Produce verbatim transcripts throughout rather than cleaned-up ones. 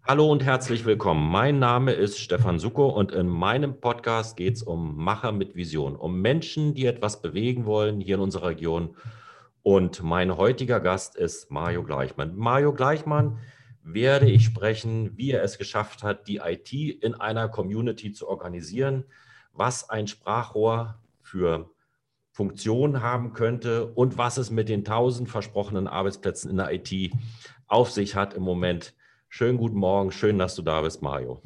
Hallo und herzlich willkommen. Mein Name ist Stefan Sucko und in meinem Podcast geht es um Macher mit Vision, um Menschen, die etwas bewegen wollen hier in unserer Region. Und mein heutiger Gast ist Mario Gleichmann. Mit Mario Gleichmann werde ich sprechen, wie er es geschafft hat, die I T in einer Community zu organisieren, was ein Sprachrohr für Funktionen haben könnte und was es mit den tausend versprochenen Arbeitsplätzen in der I T auf sich hat im Moment. Schönen guten Morgen, schön, dass du da bist, Mario.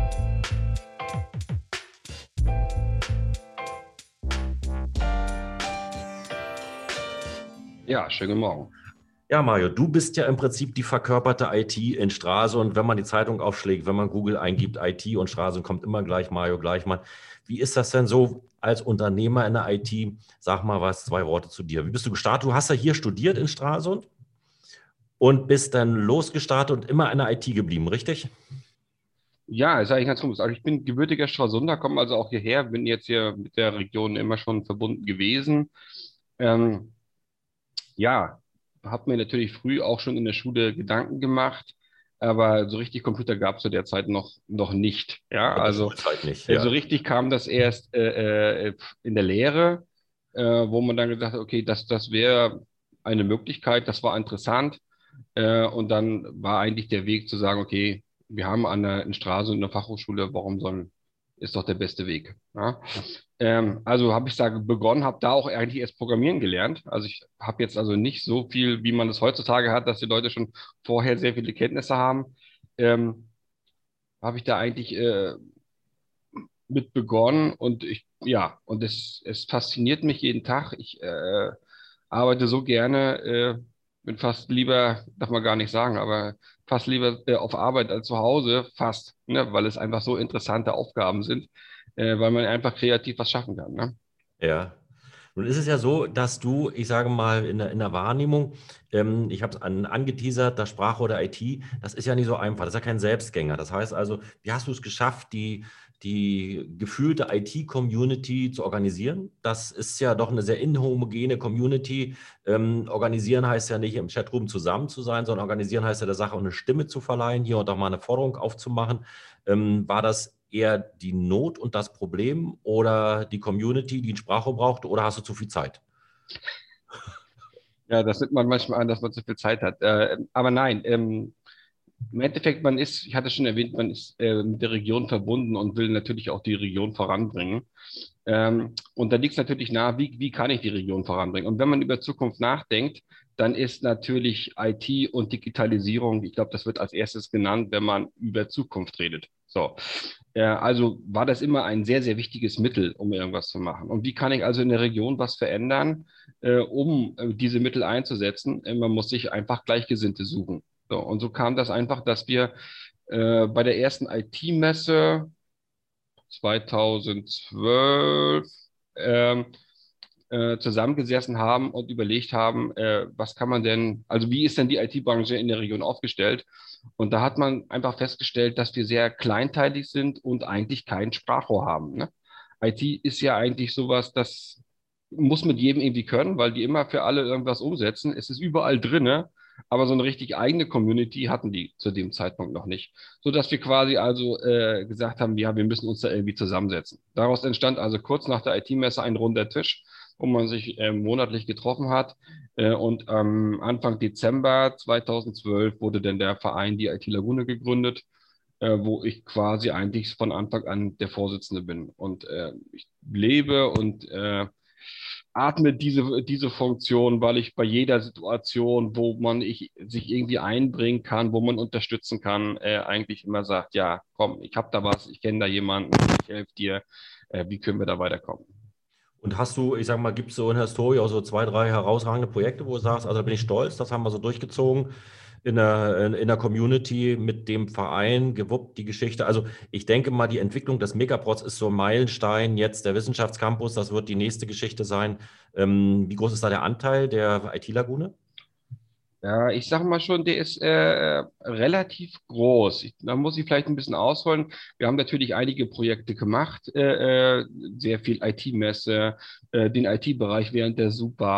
Ja, schönen guten Morgen. Ja, Mario, du bist ja im Prinzip die verkörperte I T in Stralsund. Wenn man die Zeitung aufschlägt, wenn man Google eingibt, I T und Stralsund, kommt immer gleich Mario Gleichmann. Wie ist das denn so als Unternehmer in der I T? Sag mal was, zwei Worte zu dir. Wie bist du gestartet? Du hast ja hier studiert in Stralsund und bist dann losgestartet und immer in der I T geblieben, richtig? Ja, ist eigentlich ganz komisch. Also ich bin gebürtiger Stralsunder, komme also auch hierher, bin jetzt hier mit der Region immer schon verbunden gewesen. Ähm, ja, habe mir natürlich früh auch schon in der Schule Gedanken gemacht, aber so richtig Computer gab es zu der Zeit noch, noch nicht. Ja, In der also Schulzeit nicht, äh, so ja. richtig kam das erst äh, äh, in der Lehre, äh, wo man dann gesagt hat, okay, das, das wäre eine Möglichkeit, das war interessant. Äh, und dann war eigentlich der Weg zu sagen, okay, wir haben an der in Stralsund eine Fachhochschule, warum sollen, ist doch der beste Weg. Ja? Ähm, also habe ich da begonnen, habe da auch eigentlich erst Programmieren gelernt. Also ich habe jetzt also nicht so viel, wie man es heutzutage hat, dass die Leute schon vorher sehr viele Kenntnisse haben. Ähm, habe ich da eigentlich äh, mit begonnen und ich, ja, und es, es fasziniert mich jeden Tag. Ich äh, arbeite so gerne, äh, bin fast lieber, darf man gar nicht sagen, aber fast lieber äh, auf Arbeit als zu Hause, fast, ne, weil es einfach so interessante Aufgaben sind, äh, weil man einfach kreativ was schaffen kann, ne? Ja. Nun ist es ja so, dass du, ich sage mal, in der, in der Wahrnehmung, ähm, ich habe es an, angeteasert, das Sprache oder I T, das ist ja nicht so einfach, das ist ja kein Selbstgänger. Das heißt also, wie hast du es geschafft, die, die gefühlte I T-Community zu organisieren? Das ist ja doch eine sehr inhomogene Community. Ähm, organisieren heißt ja nicht, im Chatroom zusammen zu sein, sondern organisieren heißt ja der Sache auch eine Stimme zu verleihen, hier und auch mal eine Forderung aufzumachen. Ähm, war das eher die Not und das Problem oder die Community, die ein Sprachrohr braucht, oder hast du zu viel Zeit? Ja, das nimmt man manchmal an, dass man zu viel Zeit hat. Äh, aber nein, ähm, im Endeffekt, man ist, ich hatte schon erwähnt, man ist äh, mit der Region verbunden und will natürlich auch die Region voranbringen. Ähm, und da liegt es natürlich nahe, wie, wie kann ich die Region voranbringen? Und wenn man über Zukunft nachdenkt, dann ist natürlich I T und Digitalisierung, ich glaube, das wird als erstes genannt, wenn man über Zukunft redet. So. Äh, also war das immer ein sehr, sehr wichtiges Mittel, um irgendwas zu machen. Und wie kann ich also in der Region was verändern, äh, um äh, diese Mittel einzusetzen? Äh, man muss sich einfach Gleichgesinnte suchen. So, und so kam das einfach, dass wir äh, bei der ersten I T-Messe zweitausendzwölf ähm, äh, zusammengesessen haben und überlegt haben, äh, was kann man denn, also wie ist denn die I T-Branche in der Region aufgestellt? Und da hat man einfach festgestellt, dass wir sehr kleinteilig sind und eigentlich kein Sprachrohr haben. Ne? I T ist ja eigentlich sowas, das muss mit jedem irgendwie können, weil die immer für alle irgendwas umsetzen. Es ist überall drinne, aber so eine richtig eigene Community hatten die zu dem Zeitpunkt noch nicht, so dass wir quasi also äh, gesagt haben, ja, wir müssen uns da irgendwie zusammensetzen. Daraus entstand also kurz nach der I T-Messe ein runder Tisch, wo man sich äh, monatlich getroffen hat. Äh, und am Anfang Dezember zweitausendzwölf wurde dann der Verein die I T Lagune gegründet, äh, wo ich quasi eigentlich von Anfang an der Vorsitzende bin. Und äh, ich lebe und äh, atme diese, diese Funktion, weil ich bei jeder Situation, wo man ich, sich irgendwie einbringen kann, wo man unterstützen kann, äh, eigentlich immer sagt, ja, komm, ich habe da was, ich kenne da jemanden, ich helfe dir, äh, wie können wir da weiterkommen? Und hast du, ich sag mal, gibt es so in der Historie auch so zwei, drei herausragende Projekte, wo du sagst, also da bin ich stolz, das haben wir so durchgezogen in der, in, in der Community mit dem Verein, gewuppt die Geschichte. Also ich denke mal, die Entwicklung des Megapods ist so ein Meilenstein jetzt der Wissenschaftscampus, das wird die nächste Geschichte sein. Ähm, wie groß ist da der Anteil der I T-Lagune? Ja, ich sage mal schon, der ist äh, relativ groß. Ich, da muss ich vielleicht ein bisschen ausholen. Wir haben natürlich einige Projekte gemacht, äh, äh, sehr viel I T-Messe, äh, den I T-Bereich während der Super.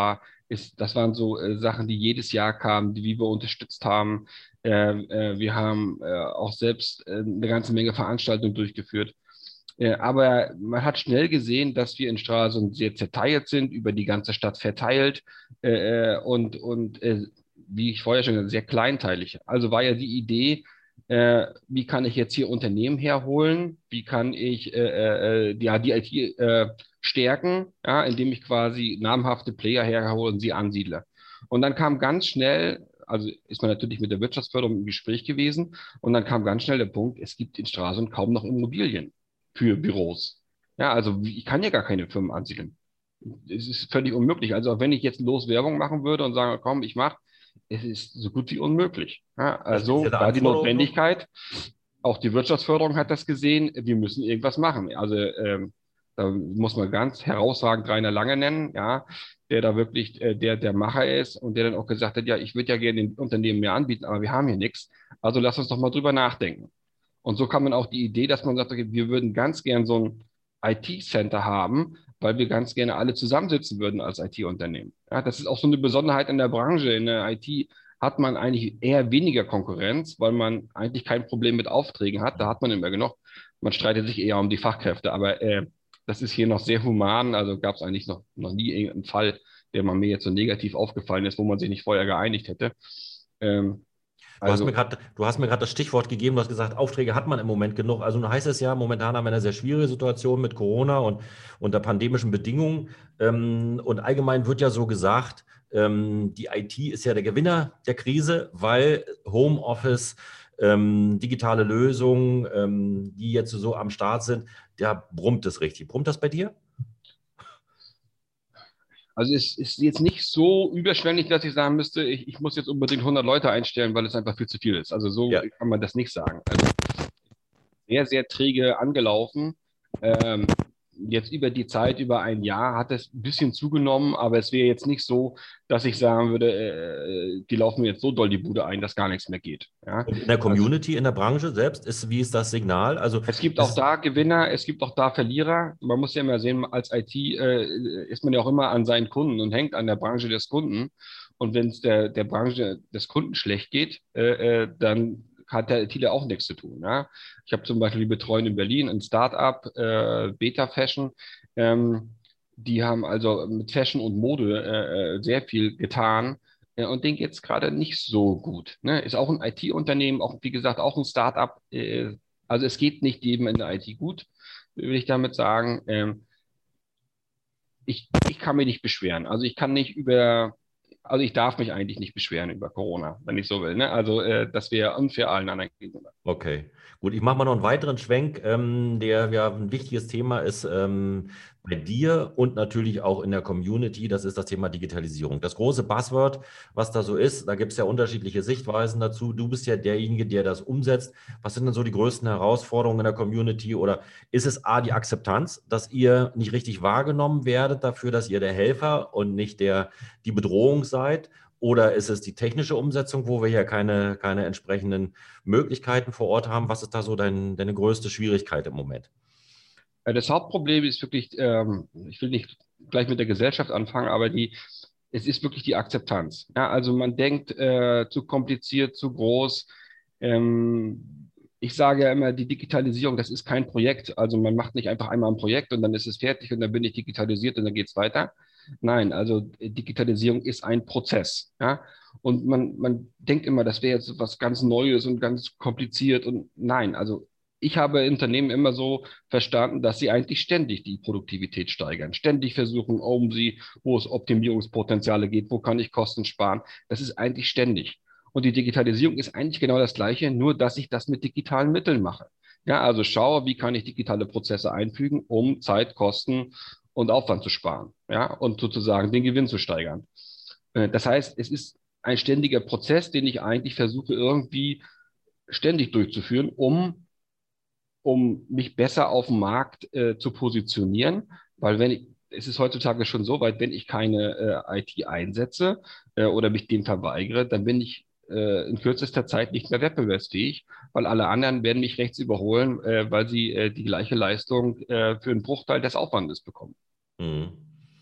ist, das waren so äh, Sachen, die jedes Jahr kamen, die, wie wir unterstützt haben. Äh, äh, wir haben äh, auch selbst äh, eine ganze Menge Veranstaltungen durchgeführt. Äh, aber man hat schnell gesehen, dass wir in Stralsund sehr zerteilt sind, über die ganze Stadt verteilt äh, äh, und, und äh, wie ich vorher schon gesagt habe, sehr kleinteilig. Also war ja die Idee, äh, wie kann ich jetzt hier Unternehmen herholen? Wie kann ich äh, äh, die, ja, die I T äh, stärken, ja, indem ich quasi namhafte Player herhole und sie ansiedle? Und dann kam ganz schnell, also ist man natürlich mit der Wirtschaftsförderung im Gespräch gewesen, und dann kam ganz schnell der Punkt, es gibt in Stralsund kaum noch Immobilien für Büros. Ja, also ich kann ja gar keine Firmen ansiedeln. Es ist völlig unmöglich. Also auch wenn ich jetzt los Werbung machen würde und sage, komm, ich mache, es ist so gut wie unmöglich. Ja, Eine also spezielle da die Anforderung noch? Notwendigkeit, auch die Wirtschaftsförderung hat das gesehen, wir müssen irgendwas machen. Also ähm, da muss man ganz herausragend Rainer Lange nennen, ja, der da wirklich äh, der, der Macher ist und der dann auch gesagt hat, ja, ich würde ja gerne den Unternehmen mehr anbieten, aber wir haben hier nichts. Also lass uns doch mal drüber nachdenken. Und so kam dann auch die Idee, dass man sagt, okay, wir würden ganz gern so ein I T-Center haben, weil wir ganz gerne alle zusammensitzen würden als I T-Unternehmen. Ja, das ist auch so eine Besonderheit in der Branche. In der I T hat man eigentlich eher weniger Konkurrenz, weil man eigentlich kein Problem mit Aufträgen hat. Da hat man immer genug. Man streitet sich eher um die Fachkräfte. Aber äh, das ist hier noch sehr human. Also gab es eigentlich noch, noch nie irgendeinen Fall, der mal mir jetzt so negativ aufgefallen ist, wo man sich nicht vorher geeinigt hätte. Ähm, Du hast mir also gerade, du hast mir gerade das Stichwort gegeben, du hast gesagt, Aufträge hat man im Moment genug. Also nun heißt es ja, momentan haben wir eine sehr schwierige Situation mit Corona und unter pandemischen Bedingungen. Ähm, und allgemein wird ja so gesagt, ähm, die I T ist ja der Gewinner der Krise, weil Homeoffice, ähm, digitale Lösungen, ähm, die jetzt so am Start sind, da brummt es richtig. Brummt das bei dir? Also es ist jetzt nicht so überschwänglich, dass ich sagen müsste, ich, ich muss jetzt unbedingt hundert Leute einstellen, weil es einfach viel zu viel ist. Also so Ja. kann man das nicht sagen. Also sehr, sehr träge angelaufen. Ähm, jetzt über die Zeit, über ein Jahr, hat es ein bisschen zugenommen, aber es wäre jetzt nicht so, dass ich sagen würde, äh, die laufen mir jetzt so doll die Bude ein, dass gar nichts mehr geht. Ja? Und in der Also Community, in der Branche selbst, ist, wie ist das Signal? Also es gibt auch ist, da Gewinner, es gibt auch da Verlierer. Man muss ja immer sehen, als I T äh, ist man ja auch immer an seinen Kunden und hängt an der Branche des Kunden. Und wenn es der, der Branche des Kunden schlecht geht, äh, äh, dann hat der ITler auch nichts zu tun. Ja? Ich habe zum Beispiel die betreuen in Berlin ein Startup, äh, Beta Fashion. Ähm, die haben also mit Fashion und Mode äh, äh, sehr viel getan. Äh, Und denen geht es gerade nicht so gut. Ne? Ist auch ein I T-Unternehmen, auch wie gesagt, auch ein Startup. Äh, also es geht nicht jedem in der I T gut, will ich damit sagen. Ähm, ich, ich kann mich nicht beschweren. Also ich kann nicht über, also ich darf mich eigentlich nicht beschweren über Corona, wenn ich so will. Ne? Also äh, das wäre unfair allen anderen gegenüber. okay, gut. Ich mache mal noch einen weiteren Schwenk, ähm, der ja ein wichtiges Thema ist ähm, bei dir und natürlich auch in der Community. Das ist das Thema Digitalisierung. Das große Buzzword, was da so ist, da gibt es ja unterschiedliche Sichtweisen dazu. Du bist ja derjenige, der das umsetzt. Was sind denn so die größten Herausforderungen in der Community? Oder ist es A, die Akzeptanz, dass ihr nicht richtig wahrgenommen werdet dafür, dass ihr der Helfer und nicht der, die Bedrohung seid? Oder ist es die technische Umsetzung, wo wir ja keine, keine entsprechenden Möglichkeiten vor Ort haben? Was ist da so dein, deine größte Schwierigkeit im Moment? Äh, Das Hauptproblem ist wirklich, ähm, ich will nicht gleich mit der Gesellschaft anfangen, aber die, es ist wirklich die Akzeptanz. Ja, also man denkt äh, zu kompliziert, zu groß. Ähm, ich sage ja immer, die Digitalisierung, das ist kein Projekt. Also man macht nicht einfach einmal ein Projekt und dann ist es fertig und dann bin ich digitalisiert und dann geht es weiter. Nein, also äh, Digitalisierung ist ein Prozess. Ja? Und man, man denkt immer, das wäre jetzt was ganz Neues und ganz kompliziert. Und nein, also ich habe Unternehmen immer so verstanden, dass sie eigentlich ständig die Produktivität steigern, ständig versuchen, um sie, wo es Optimierungspotenziale geht, wo kann ich Kosten sparen. Das ist eigentlich ständig. Und die Digitalisierung ist eigentlich genau das Gleiche, nur dass ich das mit digitalen Mitteln mache. Ja, also schaue, wie kann ich digitale Prozesse einfügen, um Zeit, Kosten und Aufwand zu sparen, ja, und sozusagen den Gewinn zu steigern. Äh, Das heißt, es ist ein ständiger Prozess, den ich eigentlich versuche irgendwie ständig durchzuführen, um um mich besser auf dem Markt äh, zu positionieren, weil wenn ich, es ist heutzutage schon so weit, wenn ich keine äh, I T einsetze äh, oder mich dem verweigere, dann bin ich äh, in kürzester Zeit nicht mehr wettbewerbsfähig, weil alle anderen werden mich rechts überholen, äh, weil sie äh, die gleiche Leistung äh, für einen Bruchteil des Aufwandes bekommen. Mhm.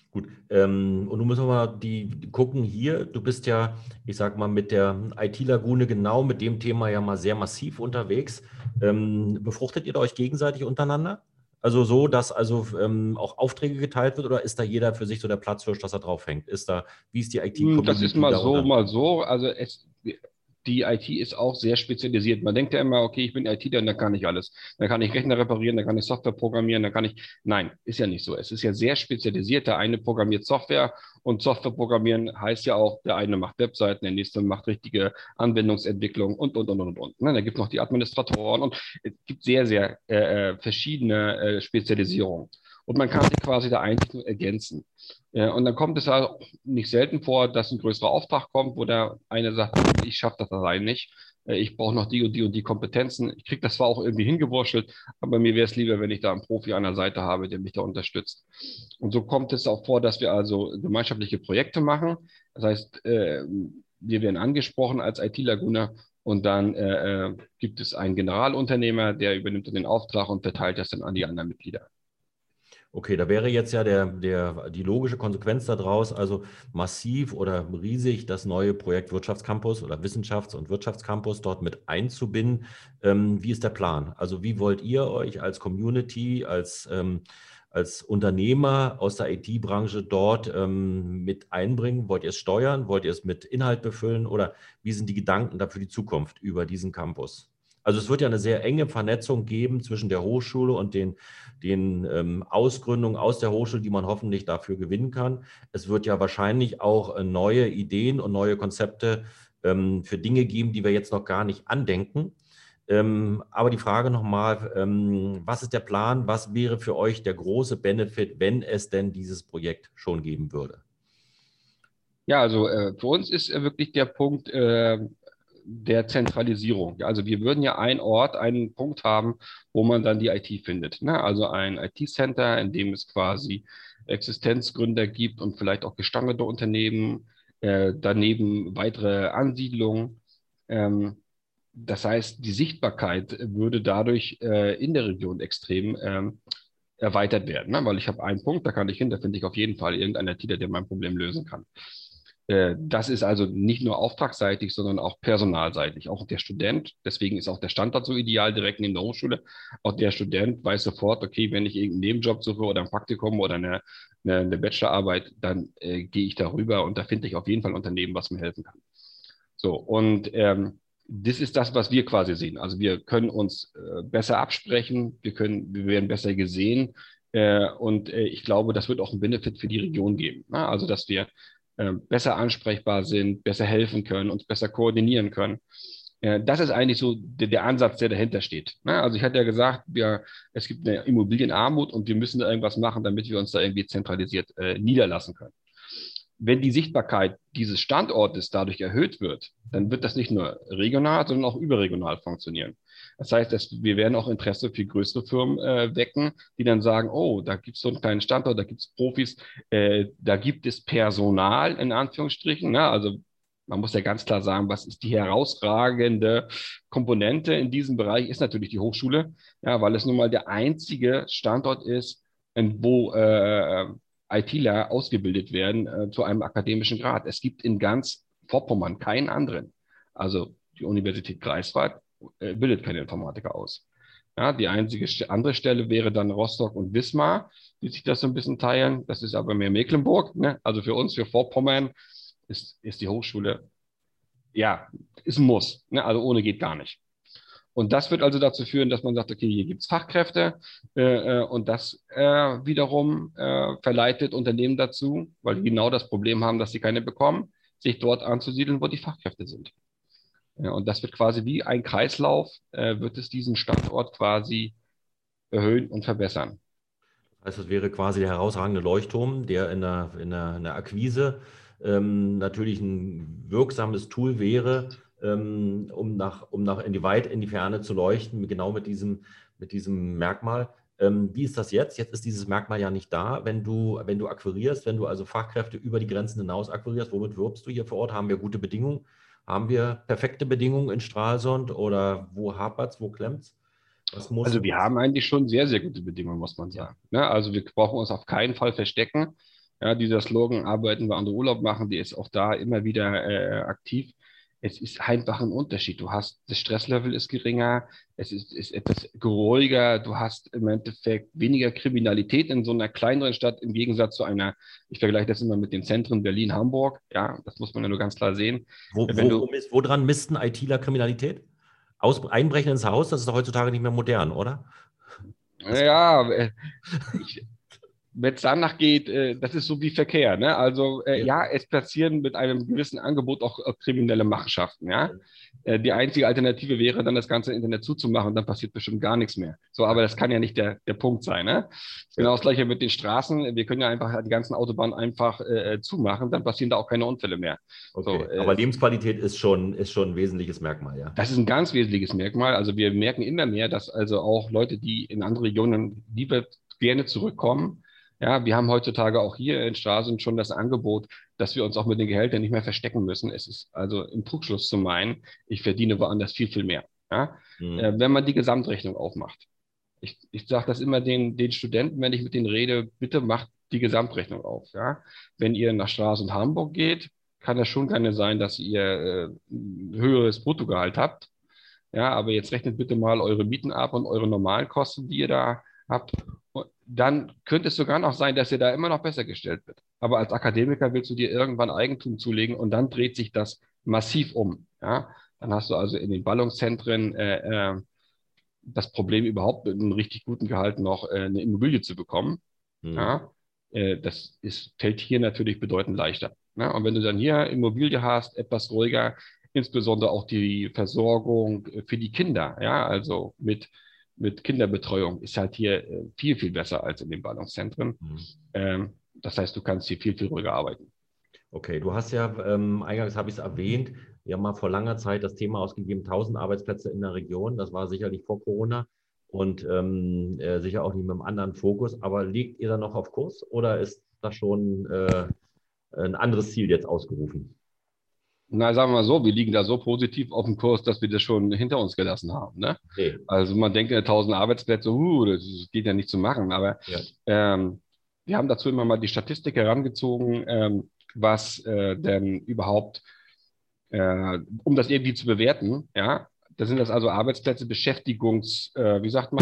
Gut, ähm, und nun müssen wir mal die, die gucken hier. Du bist ja, ich sag mal, mit der I T-Lagune genau mit dem Thema ja mal sehr massiv unterwegs. Ähm, befruchtet ihr da euch gegenseitig untereinander? Also so, dass also ähm, auch Aufträge geteilt wird oder ist da jeder für sich so der Platzhirsch, dass er draufhängt? Ist da, wie ist die Hm, Das ist I T-Community mal da so, untereinander? mal so. Also es, die I T ist auch sehr spezialisiert. Man denkt ja immer, okay, ich bin ITler und dann kann ich alles. Dann kann ich Rechner reparieren, dann kann ich Software programmieren, dann kann ich. Nein, ist ja nicht so. Es ist ja sehr spezialisiert. Der eine programmiert Software und Software programmieren heißt ja auch, der eine macht Webseiten, der nächste macht richtige Anwendungsentwicklung und, und, und, und, und. Ne? Da gibt es noch die Administratoren und es gibt sehr, sehr äh, äh, verschiedene äh, Spezialisierungen. Und man kann sich quasi da eigentlich nur ergänzen. Ja, und dann kommt es auch nicht selten vor, dass ein größerer Auftrag kommt, wo der eine sagt, ich schaffe das allein nicht. Äh, Ich brauche noch die und die und die Kompetenzen. Ich kriege das zwar auch irgendwie hingewurschtelt, aber mir wäre es lieber, wenn ich da einen Profi an der Seite habe, der mich da unterstützt. Und so kommt es auch vor, dass wir also gemeinschaftliche Projekte machen. Das heißt, äh, wir werden angesprochen als I T-Laguna und dann äh, äh, gibt es einen Generalunternehmer, der übernimmt dann den Auftrag und verteilt das dann an die anderen Mitglieder. Okay, da wäre jetzt ja der, der, die logische Konsequenz daraus, also massiv oder riesig das neue Projekt Wirtschaftscampus oder Wissenschafts- und Wirtschaftscampus dort mit einzubinden. Ähm, wie ist der Plan? Also wie wollt ihr euch als Community, als, ähm, als Unternehmer aus der I T-Branche dort ähm, mit einbringen? Wollt ihr es steuern? Wollt ihr es mit Inhalt befüllen? Oder wie sind die Gedanken da für die Zukunft über diesen Campus? Also es wird ja eine sehr enge Vernetzung geben zwischen der Hochschule und den den ähm, Ausgründungen aus der Hochschule, die man hoffentlich dafür gewinnen kann. Es wird ja wahrscheinlich auch äh, neue Ideen und neue Konzepte ähm, für Dinge geben, die wir jetzt noch gar nicht andenken. Ähm, aber die Frage nochmal, ähm, was ist der Plan? Was wäre für euch der große Benefit, wenn es denn dieses Projekt schon geben würde? Ja, also äh, für uns ist äh, wirklich der Punkt äh, der Zentralisierung. Ja, also wir würden ja einen Ort, einen Punkt haben, wo man dann die I T findet. Ne? Also ein I T-Center, in dem es quasi Existenzgründer gibt und vielleicht auch gestandene Unternehmen, äh, daneben weitere Ansiedlungen. Ähm, Das heißt, die Sichtbarkeit würde dadurch äh, in der Region extrem ähm, erweitert werden, ne? Weil ich habe einen Punkt, da kann ich hin, da finde ich auf jeden Fall irgendeinen I T, der mein Problem lösen kann. Äh, Das ist also nicht nur auftragsseitig, sondern auch personalseitig. Auch der Student, deswegen ist auch der Standort so ideal direkt neben der Hochschule. Auch der Student weiß sofort, okay, wenn ich irgendeinen Nebenjob suche oder ein Praktikum oder eine, eine, eine Bachelorarbeit, dann äh, gehe ich darüber und da finde ich auf jeden Fall ein Unternehmen, was mir helfen kann. So, und ähm, das ist das, was wir quasi sehen. Also wir können uns äh, besser absprechen, wir können, wir werden besser gesehen. Äh, und äh, ich glaube, das wird auch einen Benefit für die Region geben. Ne? Also, dass wir äh, besser ansprechbar sind, besser helfen können, uns besser koordinieren können. Äh, das ist eigentlich so der, der Ansatz, der dahinter steht. Ne? Also ich hatte ja gesagt, wir, es gibt eine Immobilienarmut und wir müssen da irgendwas machen, damit wir uns da irgendwie zentralisiert äh, niederlassen können. Wenn die Sichtbarkeit dieses Standortes dadurch erhöht wird, dann wird das nicht nur regional, sondern auch überregional funktionieren. Das heißt, dass wir werden auch Interesse für größere Firmen äh, wecken, die dann sagen, oh, da gibt es so einen kleinen Standort, da gibt es Profis, äh, da gibt es Personal in Anführungsstrichen. Ne? Also man muss ja ganz klar sagen, was ist die herausragende Komponente in diesem Bereich, ist natürlich die Hochschule, ja, weil es nun mal der einzige Standort ist, wo äh, ITler ausgebildet werden äh, zu einem akademischen Grad. Es gibt in ganz Vorpommern keinen anderen. Also die Universität Greifswald äh, bildet keine Informatiker aus. Ja, die einzige andere Stelle wäre dann Rostock und Wismar, die sich das so ein bisschen teilen. Das ist aber mehr Mecklenburg. Ne? Also für uns, für Vorpommern, ist, ist die Hochschule, ja, ist ein Muss. Ne? Also ohne geht gar nicht. Und das wird also dazu führen, dass man sagt, okay, hier gibt es Fachkräfte äh, äh, und das äh, wiederum äh, verleitet Unternehmen dazu, weil die genau das Problem haben, dass sie keine bekommen, sich dort anzusiedeln, wo die Fachkräfte sind. Ja, und das wird quasi wie ein Kreislauf, äh, wird es diesen Standort quasi erhöhen und verbessern. Das heißt, es wäre quasi der herausragende Leuchtturm, der in der, in der, in der Akquise ähm, natürlich ein wirksames Tool wäre, ähm, um nach, um nach in die weit in die Ferne zu leuchten, genau mit diesem, mit diesem Merkmal. Ähm, wie ist das jetzt? Jetzt ist dieses Merkmal ja nicht da. Wenn du, wenn du akquirierst, wenn du also Fachkräfte über die Grenzen hinaus akquirierst, womit wirbst du hier vor Ort? Haben wir gute Bedingungen? Haben wir perfekte Bedingungen in Stralsund oder wo hapert es, wo klemmt es? Was muss, Also wir haben eigentlich schon sehr, sehr gute Bedingungen, muss man ja. sagen. Ne? Also wir brauchen uns auf keinen Fall verstecken. Ja, dieser Slogan, arbeiten wir andere Urlaub machen, die ist auch da immer wieder äh, aktiv. Es ist einfach ein Unterschied. Du hast, das Stresslevel ist geringer, es ist, ist etwas ruhiger, du hast im Endeffekt weniger Kriminalität in so einer kleineren Stadt im Gegensatz zu einer, ich vergleiche das immer mit den Zentren Berlin, Hamburg. Ja, das muss man ja nur ganz klar sehen. Wo, Wenn wo, wo, du, misst, woran misst ein ITler Kriminalität? Aus, einbrechen ins Haus, das ist doch heutzutage nicht mehr modern, oder? Das, ja, äh, ich, wenn es danach geht, äh, das ist so wie Verkehr. Ne? Also äh, ja. ja, es passieren mit einem gewissen Angebot auch, auch kriminelle Machenschaften. Ja? Äh, die einzige Alternative wäre dann, das ganze Internet zuzumachen, dann passiert bestimmt gar nichts mehr. So, aber das kann ja nicht der, der Punkt sein. Ne? Ja. Genau das gleiche mit den Straßen. Wir können ja einfach die ganzen Autobahnen einfach äh, zumachen, dann passieren da auch keine Unfälle mehr. So, Okay, aber äh, Lebensqualität ist schon, ist schon ein wesentliches Merkmal, ja. das ist ein ganz wesentliches Merkmal. Also wir merken immer mehr, dass also auch Leute, die in andere Regionen lieber gerne zurückkommen, ja, wir haben heutzutage auch hier in Stralsund schon das Angebot, dass wir uns auch mit den Gehältern nicht mehr verstecken müssen. Es ist also im Trugschluss zu meinen, ich verdiene woanders viel, viel mehr. Ja, äh, Mhm. wenn man die Gesamtrechnung aufmacht. Ich, ich sage das immer den, den Studenten, wenn ich mit denen rede, bitte macht die Gesamtrechnung auf. Ja? Wenn ihr nach Stralsund Hamburg geht, kann es schon gerne sein, dass ihr äh, ein höheres Bruttogehalt habt. Ja, aber jetzt rechnet bitte mal eure Mieten ab und eure normalen Kosten, die ihr da habt. Und dann könnte es sogar noch sein, dass ihr da immer noch besser gestellt wird. Aber als Akademiker willst du dir irgendwann Eigentum zulegen und dann dreht sich das massiv um. Ja, dann hast du also in den Ballungszentren äh, äh, das Problem überhaupt mit einem richtig guten Gehalt noch äh, eine Immobilie zu bekommen. Mhm. Ja, äh, das ist, fällt hier natürlich bedeutend leichter. Ne? Und wenn du dann hier Immobilie hast, etwas ruhiger, insbesondere auch die Versorgung für die Kinder, ja, also mit, mit Kinderbetreuung ist halt hier äh, viel, viel besser als in den Ballungszentren. Mhm. Ähm, das heißt, du kannst hier viel, viel ruhiger arbeiten. Okay, du hast ja, ähm, eingangs habe ich es erwähnt, wir haben mal vor langer Zeit das Thema ausgegeben, tausend Arbeitsplätze in der Region. Das war sicherlich vor Corona und ähm, äh, sicher auch nicht mit einem anderen Fokus. Aber liegt ihr da noch auf Kurs oder ist da schon äh, ein anderes Ziel jetzt ausgerufen? Na, sagen wir mal so, wir liegen da so positiv auf dem Kurs, dass wir das schon hinter uns gelassen haben. Ne? Okay, Also man denkt, ja, tausend Arbeitsplätze, uh, das geht ja nicht zu machen. Aber ja. ähm, wir haben dazu immer mal die Statistik herangezogen, ähm, was äh, denn überhaupt, äh, um das irgendwie zu bewerten, ja, da sind das also Arbeitsplätze, Beschäftigungs, äh, wie sagt man,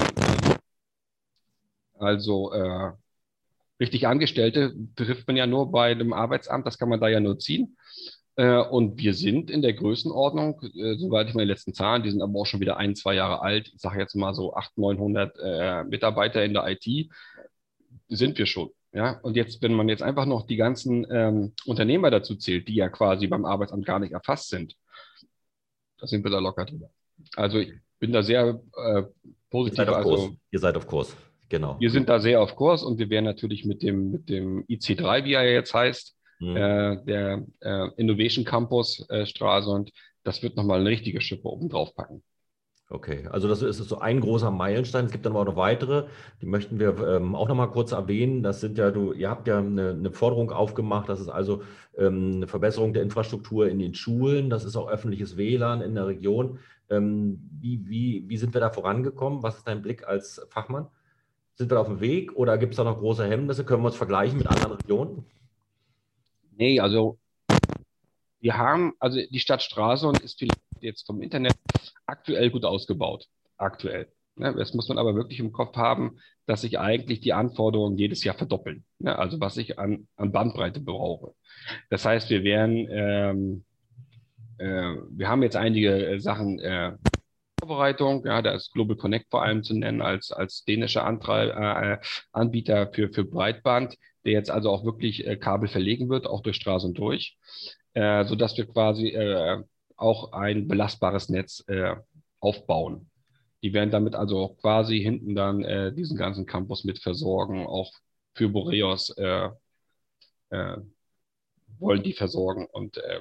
also äh, richtig Angestellte trifft man ja nur bei dem Arbeitsamt, das kann man da ja nur ziehen. Äh, und wir sind in der Größenordnung, äh, soweit ich meine letzten Zahlen, die sind aber auch schon wieder ein, zwei Jahre alt. Ich sage jetzt mal so achthundert, neunhundert äh, Mitarbeiter in der I T, sind wir schon. Ja, und jetzt, wenn man jetzt einfach noch die ganzen ähm, Unternehmer dazu zählt, die ja quasi beim Arbeitsamt gar nicht erfasst sind, da sind wir da locker drüber. Also ich bin da sehr äh, Ihr seid positiv. auf Kurs. Also Ihr seid auf Kurs. Genau. wir sind da sehr auf Kurs und wir werden natürlich mit dem, mit dem I C drei, wie er ja jetzt heißt, Mhm. äh, der äh, Innovation Campus äh, Stralsund, das wird nochmal eine richtige Schippe oben drauf packen. Okay, also das ist so ein großer Meilenstein. Es gibt dann aber auch noch weitere, die möchten wir ähm, auch noch mal kurz erwähnen. Das sind ja, du, ihr habt ja eine, eine Forderung aufgemacht, das ist also ähm, eine Verbesserung der Infrastruktur in den Schulen, das ist auch öffentliches W L A N in der Region. Ähm, wie, wie, wie sind wir da vorangekommen? Was ist dein Blick als Fachmann? Sind wir da auf dem Weg oder gibt es da noch große Hemmnisse? Können wir uns vergleichen mit anderen Regionen? Nee, also wir haben, also die Stadt Stralsund ist vielleicht jetzt vom Internet aktuell gut ausgebaut. Aktuell. Ne, das muss man aber wirklich im Kopf haben, dass sich eigentlich die Anforderungen jedes Jahr verdoppeln. Ne, also was ich an, an Bandbreite brauche. Das heißt, wir werden, ähm, äh, wir haben jetzt einige äh, Sachen äh, Vorbereitung. Ja, da ist Global Connect vor allem zu nennen als, als dänischer Antreib, äh, Anbieter für, für Breitband, der jetzt also auch wirklich äh, Kabel verlegen wird, auch durch Straßen durch, äh, sodass wir quasi äh, auch ein belastbares Netz äh, aufbauen. Die werden damit also auch quasi hinten dann äh, diesen ganzen Campus mit versorgen, auch für Boreos äh, äh, wollen die versorgen. Und äh,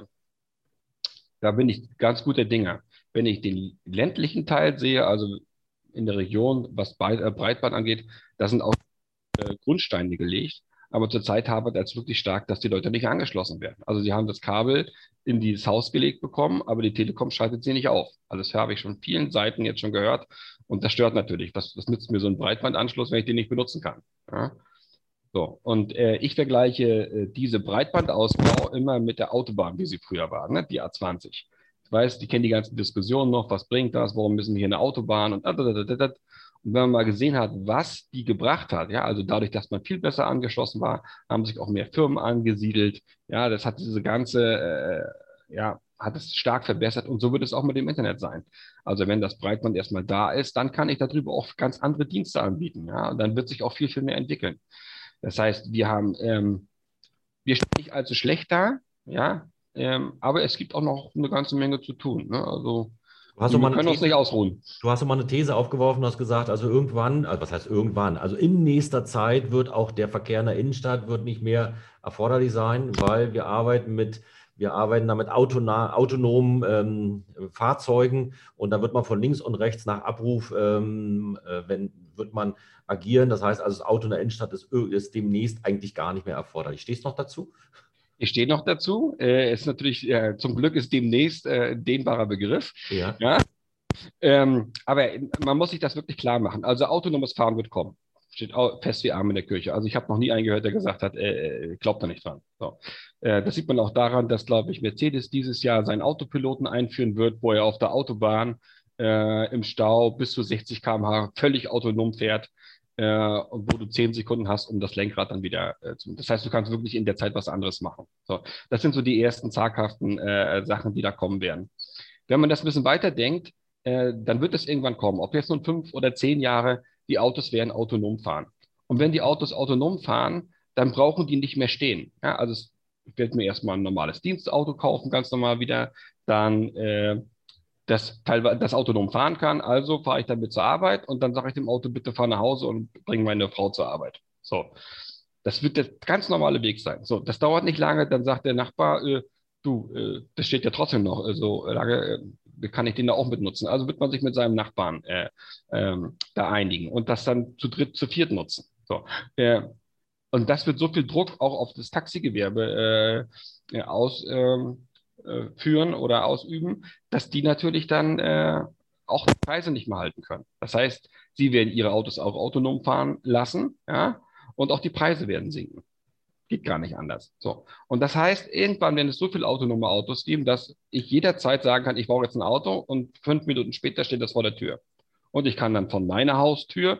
da bin ich ganz guter Dinge. Wenn ich den ländlichen Teil sehe, also in der Region, was äh, Breitband angeht, da sind auch äh, Grundsteine gelegt. Aber zurzeit hapert es wirklich stark, dass die Leute nicht angeschlossen werden. Also sie haben das Kabel in dieses Haus gelegt bekommen, aber die Telekom schaltet sie nicht auf. Also das habe ich schon vielen Seiten jetzt schon gehört. Und das stört natürlich. Was, was nützt mir so ein Breitbandanschluss, wenn ich den nicht benutzen kann? Ja? So, und äh, ich vergleiche äh, diese Breitbandausbau immer mit der Autobahn, wie sie früher war, ne? Die A zwanzig. Ich weiß, die kennen die ganzen Diskussionen noch, was bringt das, warum müssen wir hier eine Autobahn und da, da, da, da, da. Und wenn man mal gesehen hat, was die gebracht hat, ja, also dadurch, dass man viel besser angeschlossen war, haben sich auch mehr Firmen angesiedelt. Ja, das hat diese ganze, äh, ja, hat es stark verbessert und so wird es auch mit dem Internet sein. Also wenn das Breitband erstmal da ist, dann kann ich darüber auch ganz andere Dienste anbieten. Ja, und dann wird sich auch viel, viel mehr entwickeln. Das heißt, wir haben, ähm, wir stehen nicht allzu schlecht da, ja, ähm, aber es gibt auch noch eine ganze Menge zu tun. Ne? Also Du hast doch wir mal eine können uns nicht These, ausruhen. du hast doch mal eine These aufgeworfen, du hast gesagt, also irgendwann, also was heißt irgendwann, also in nächster Zeit wird auch der Verkehr in der Innenstadt wird nicht mehr erforderlich sein, weil wir arbeiten mit, wir arbeiten da mit autona- autonomen ähm, Fahrzeugen und da wird man von links und rechts nach Abruf, ähm, äh, wenn, wird man agieren. Das heißt also, das Auto in der Innenstadt ist, ist demnächst eigentlich gar nicht mehr erforderlich. Stehst du noch dazu? Ich stehe noch dazu. Äh, ist natürlich, äh, zum Glück ist demnächst äh, ein dehnbarer Begriff. Ja. Ja? Ähm, aber man muss sich das wirklich klar machen. Also autonomes Fahren wird kommen. Steht au- fest wie Arm in der Kirche. Also ich habe noch nie einen gehört, der gesagt hat, äh, äh, glaubt da nicht dran. So. Äh, das sieht man auch daran, dass, glaube ich, Mercedes dieses Jahr seinen Autopiloten einführen wird, wo er auf der Autobahn äh, im Stau bis zu sechzig Kilometer pro Stunde völlig autonom fährt äh, und wo du zehn Sekunden hast, um das Lenkrad dann wieder äh, zu. Das heißt, du kannst wirklich in der Zeit was anderes machen. So. Das sind so die ersten zaghaften äh, Sachen, die da kommen werden. Wenn man das ein bisschen weiterdenkt, äh, dann wird es irgendwann kommen. Ob jetzt nun fünf oder zehn Jahre, die Autos werden autonom fahren. Und wenn die Autos autonom fahren, dann brauchen die nicht mehr stehen. Ja, also es, ich werde mir erstmal ein normales Dienstauto kaufen, ganz normal wieder, dann äh, das teilweise das autonom fahren kann. Also fahre ich damit zur Arbeit und dann sage ich dem Auto, bitte fahr nach Hause und bring meine Frau zur Arbeit. So. Das wird der ganz normale Weg sein. So, das dauert nicht lange, dann sagt der Nachbar, äh, du, äh, das steht ja trotzdem noch äh, so lange, äh, kann ich den da auch mitnutzen? Also wird man sich mit seinem Nachbarn äh, ähm, da einigen und das dann zu dritt, zu viert nutzen. So, äh, und das wird so viel Druck auch auf das Taxigewerbe äh, ausführen äh, führen oder ausüben, dass die natürlich dann äh, auch die Preise nicht mehr halten können. Das heißt, sie werden ihre Autos auch autonom fahren lassen, ja, und auch die Preise werden sinken. Geht gar nicht anders. So. Und das heißt, irgendwann werden es so viele autonome Autos geben, dass ich jederzeit sagen kann, ich brauche jetzt ein Auto und fünf Minuten später steht das vor der Tür. Und ich kann dann von meiner Haustür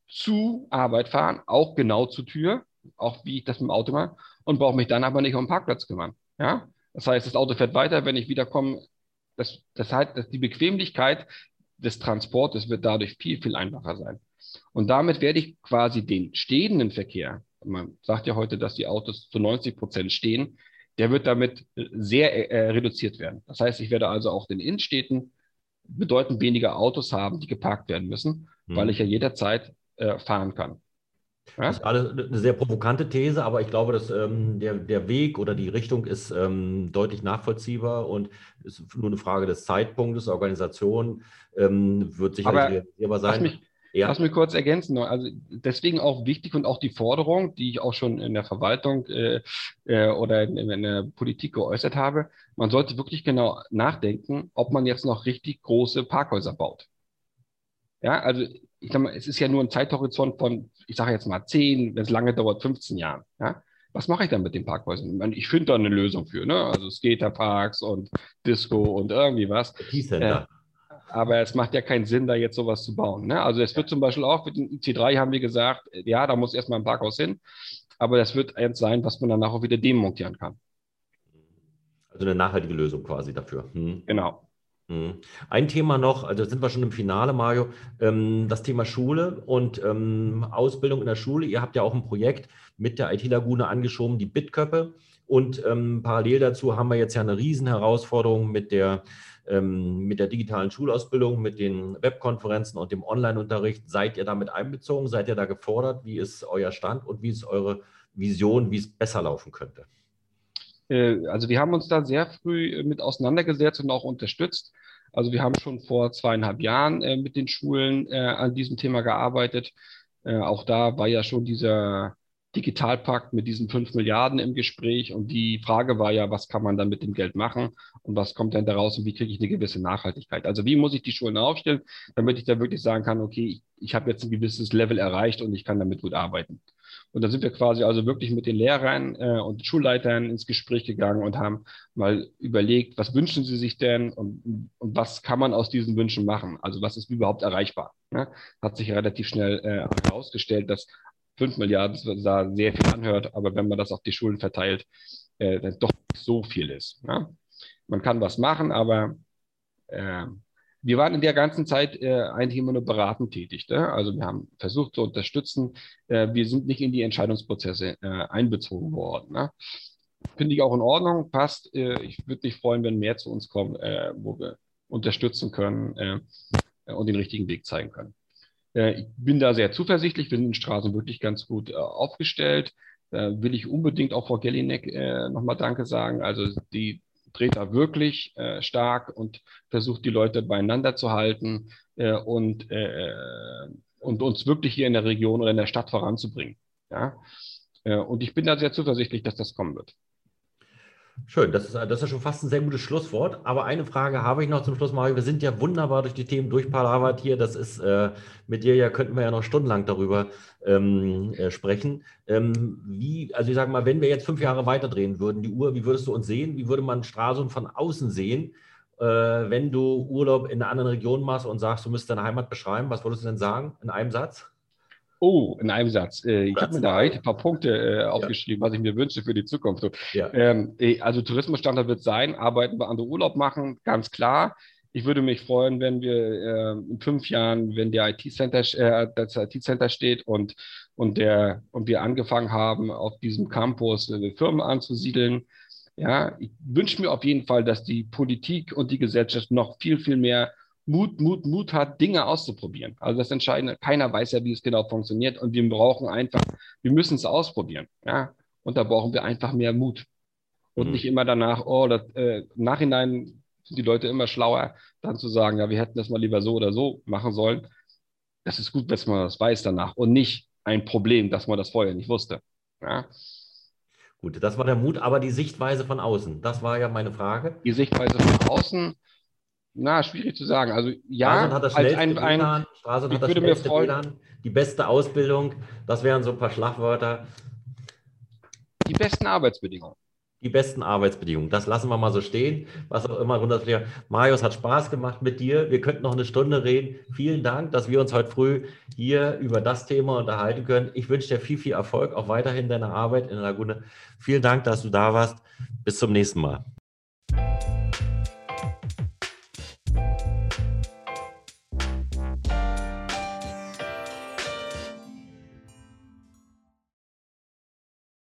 zu Arbeit fahren, auch genau zur Tür, auch wie ich das mit dem Auto mache, und brauche mich dann aber nicht um den Parkplatz kümmern. Ja? Das heißt, das Auto fährt weiter, wenn ich wiederkomme. Das, das heißt, dass die Bequemlichkeit des Transportes wird dadurch viel, viel einfacher sein. Und damit werde ich quasi den stehenden Verkehr, man sagt ja heute, dass die Autos zu neunzig Prozent stehen, der wird damit sehr äh, reduziert werden. Das heißt, ich werde also auch den Innenstädten bedeutend weniger Autos haben, die geparkt werden müssen, weil ich Hm. ja jederzeit äh, fahren kann. Das Ja? ist alles eine sehr provokante These, aber ich glaube, dass ähm, der, der Weg oder die Richtung ist ähm, deutlich nachvollziehbar und es ist nur eine Frage des Zeitpunktes. Organisation ähm, wird sicherlich Aber realisierbar lass sein. mich, lass Ja, mich kurz ergänzen. Also deswegen auch wichtig und auch die Forderung, die ich auch schon in der Verwaltung äh, äh, oder in, in der Politik geäußert habe, man sollte wirklich genau nachdenken, ob man jetzt noch richtig große Parkhäuser baut. Ja, also ich sag mal, es ist ja nur ein Zeithorizont von, ich sage jetzt mal zehn, wenn es lange dauert, fünfzehn Jahren. Ja? Was mache ich dann mit den Parkhäusern? Ich, meine, ich finde da eine Lösung für, ne? Also Skaterparks und Disco und irgendwie was. I T-Center. Äh, aber es macht ja keinen Sinn, da jetzt sowas zu bauen. Ne? Also es wird zum Beispiel auch mit dem I C drei haben wir gesagt, ja, da muss erstmal ein Parkhaus hin, aber das wird eins sein, was man danach auch wieder demontieren kann. Also eine nachhaltige Lösung quasi dafür. Hm. Genau. Mhm. Ein Thema noch, also sind wir schon im Finale, Mario, ähm, das Thema Schule und ähm, Ausbildung in der Schule. Ihr habt ja auch ein Projekt mit der I T-Lagune angeschoben, die Bitköppe. Und ähm, parallel dazu haben wir jetzt ja eine Riesenherausforderung mit der, ähm, mit der digitalen Schulausbildung, mit den Webkonferenzen und dem Online-Unterricht. Seid ihr damit einbezogen? Seid ihr da gefordert? Wie ist euer Stand und wie ist eure Vision, wie es besser laufen könnte? Äh, Also wir haben uns da sehr früh äh, mit auseinandergesetzt und auch unterstützt. Also wir haben schon vor zweieinhalb Jahren äh, mit den Schulen äh, an diesem Thema gearbeitet. Äh, auch da war ja schon dieser Digitalpakt mit diesen fünf Milliarden im Gespräch. Und die Frage war ja, was kann man dann mit dem Geld machen und was kommt dann daraus und wie kriege ich eine gewisse Nachhaltigkeit? Also wie muss ich die Schulen aufstellen, damit ich da wirklich sagen kann, okay, ich, ich habe jetzt ein gewisses Level erreicht und ich kann damit gut arbeiten. Und da sind wir quasi also wirklich mit den Lehrern äh, und Schulleitern ins Gespräch gegangen und haben mal überlegt, was wünschen sie sich denn und, und was kann man aus diesen Wünschen machen? Also was ist überhaupt erreichbar? Ne? Hat sich relativ schnell äh, herausgestellt, dass fünf Milliarden da sehr viel anhört, aber wenn man das auf die Schulen verteilt, äh, dann doch nicht so viel ist. Ne? Man kann was machen, aber äh, wir waren in der ganzen Zeit äh, eigentlich immer nur beratend tätig. Ne? Also wir haben versucht zu unterstützen. Äh, wir sind nicht in die Entscheidungsprozesse äh, einbezogen worden. Ne? Finde ich auch in Ordnung, passt. Äh, ich würde mich freuen, wenn mehr zu uns kommen, äh, wo wir unterstützen können äh, und den richtigen Weg zeigen können. Äh, ich bin da sehr zuversichtlich. Wir sind in Straßen wirklich ganz gut äh, aufgestellt. Da will ich unbedingt auch Frau Gellinek äh, nochmal Danke sagen. Also die dreht da wirklich äh, stark und versucht, die Leute beieinander zu halten äh, und, äh, und uns wirklich hier in der Region oder in der Stadt voranzubringen. Ja? Äh, und ich bin da sehr zuversichtlich, dass das kommen wird. Schön, das ist, das ist schon fast ein sehr gutes Schlusswort. Aber eine Frage habe ich noch zum Schluss, Mario. Wir sind ja wunderbar durch die Themen durchpalavert hier. Das ist äh, mit dir ja, könnten wir ja noch stundenlang darüber ähm, äh, sprechen. Ähm, wie, also ich sage mal, wenn wir jetzt fünf Jahre weiterdrehen würden, die Uhr, wie würdest du uns sehen? Wie würde man Stralsund von außen sehen, äh, wenn du Urlaub in einer anderen Region machst und sagst, du müsstest deine Heimat beschreiben? Was würdest du denn sagen in einem Satz? Oh, in einem Satz. Äh, ich habe mir da zwei. ein paar Punkte äh, Ja. aufgeschrieben, was ich mir wünsche für die Zukunft. So, Ja. ähm, äh, also Tourismusstandard wird sein, arbeiten wir an der Urlaub machen, ganz klar. Ich würde mich freuen, wenn wir äh, in fünf Jahren, wenn der I T-Center, äh, das I T-Center steht und, und, der, und wir angefangen haben, auf diesem Campus äh, Firmen anzusiedeln. Ja, ich wünsche mir auf jeden Fall, dass die Politik und die Gesellschaft noch viel, viel mehr Mut, Mut, Mut hat, Dinge auszuprobieren. Also das Entscheidende, keiner weiß ja, wie es genau funktioniert und wir brauchen einfach, wir müssen es ausprobieren. Ja, und da brauchen wir einfach mehr Mut. Und Mhm. nicht immer danach, oh, das, äh, im Nachhinein sind die Leute immer schlauer, dann zu sagen, ja, wir hätten das mal lieber so oder so machen sollen. Das ist gut, dass man das weiß danach und nicht ein Problem, dass man das vorher nicht wusste. Ja. Gut, das war der Mut, aber die Sichtweise von außen, das war ja meine Frage. Die Sichtweise von außen, na, schwierig zu sagen. Also Stralsund ja, hat das als schnellste ein, ein W L A N, Stralsund ich hat das würde mir schnellste freuen, W L A N, die beste Ausbildung, das wären so ein paar Schlagwörter. die besten Arbeitsbedingungen. Die besten Arbeitsbedingungen, das lassen wir mal so stehen, was auch immer runterfliegt. Marius, hat Spaß gemacht mit dir. Wir könnten noch eine Stunde reden. Vielen Dank, dass wir uns heute früh hier über das Thema unterhalten können. Ich wünsche dir viel, viel Erfolg, auch weiterhin in deiner Arbeit in der Lagune. Vielen Dank, dass du da warst. Bis zum nächsten Mal.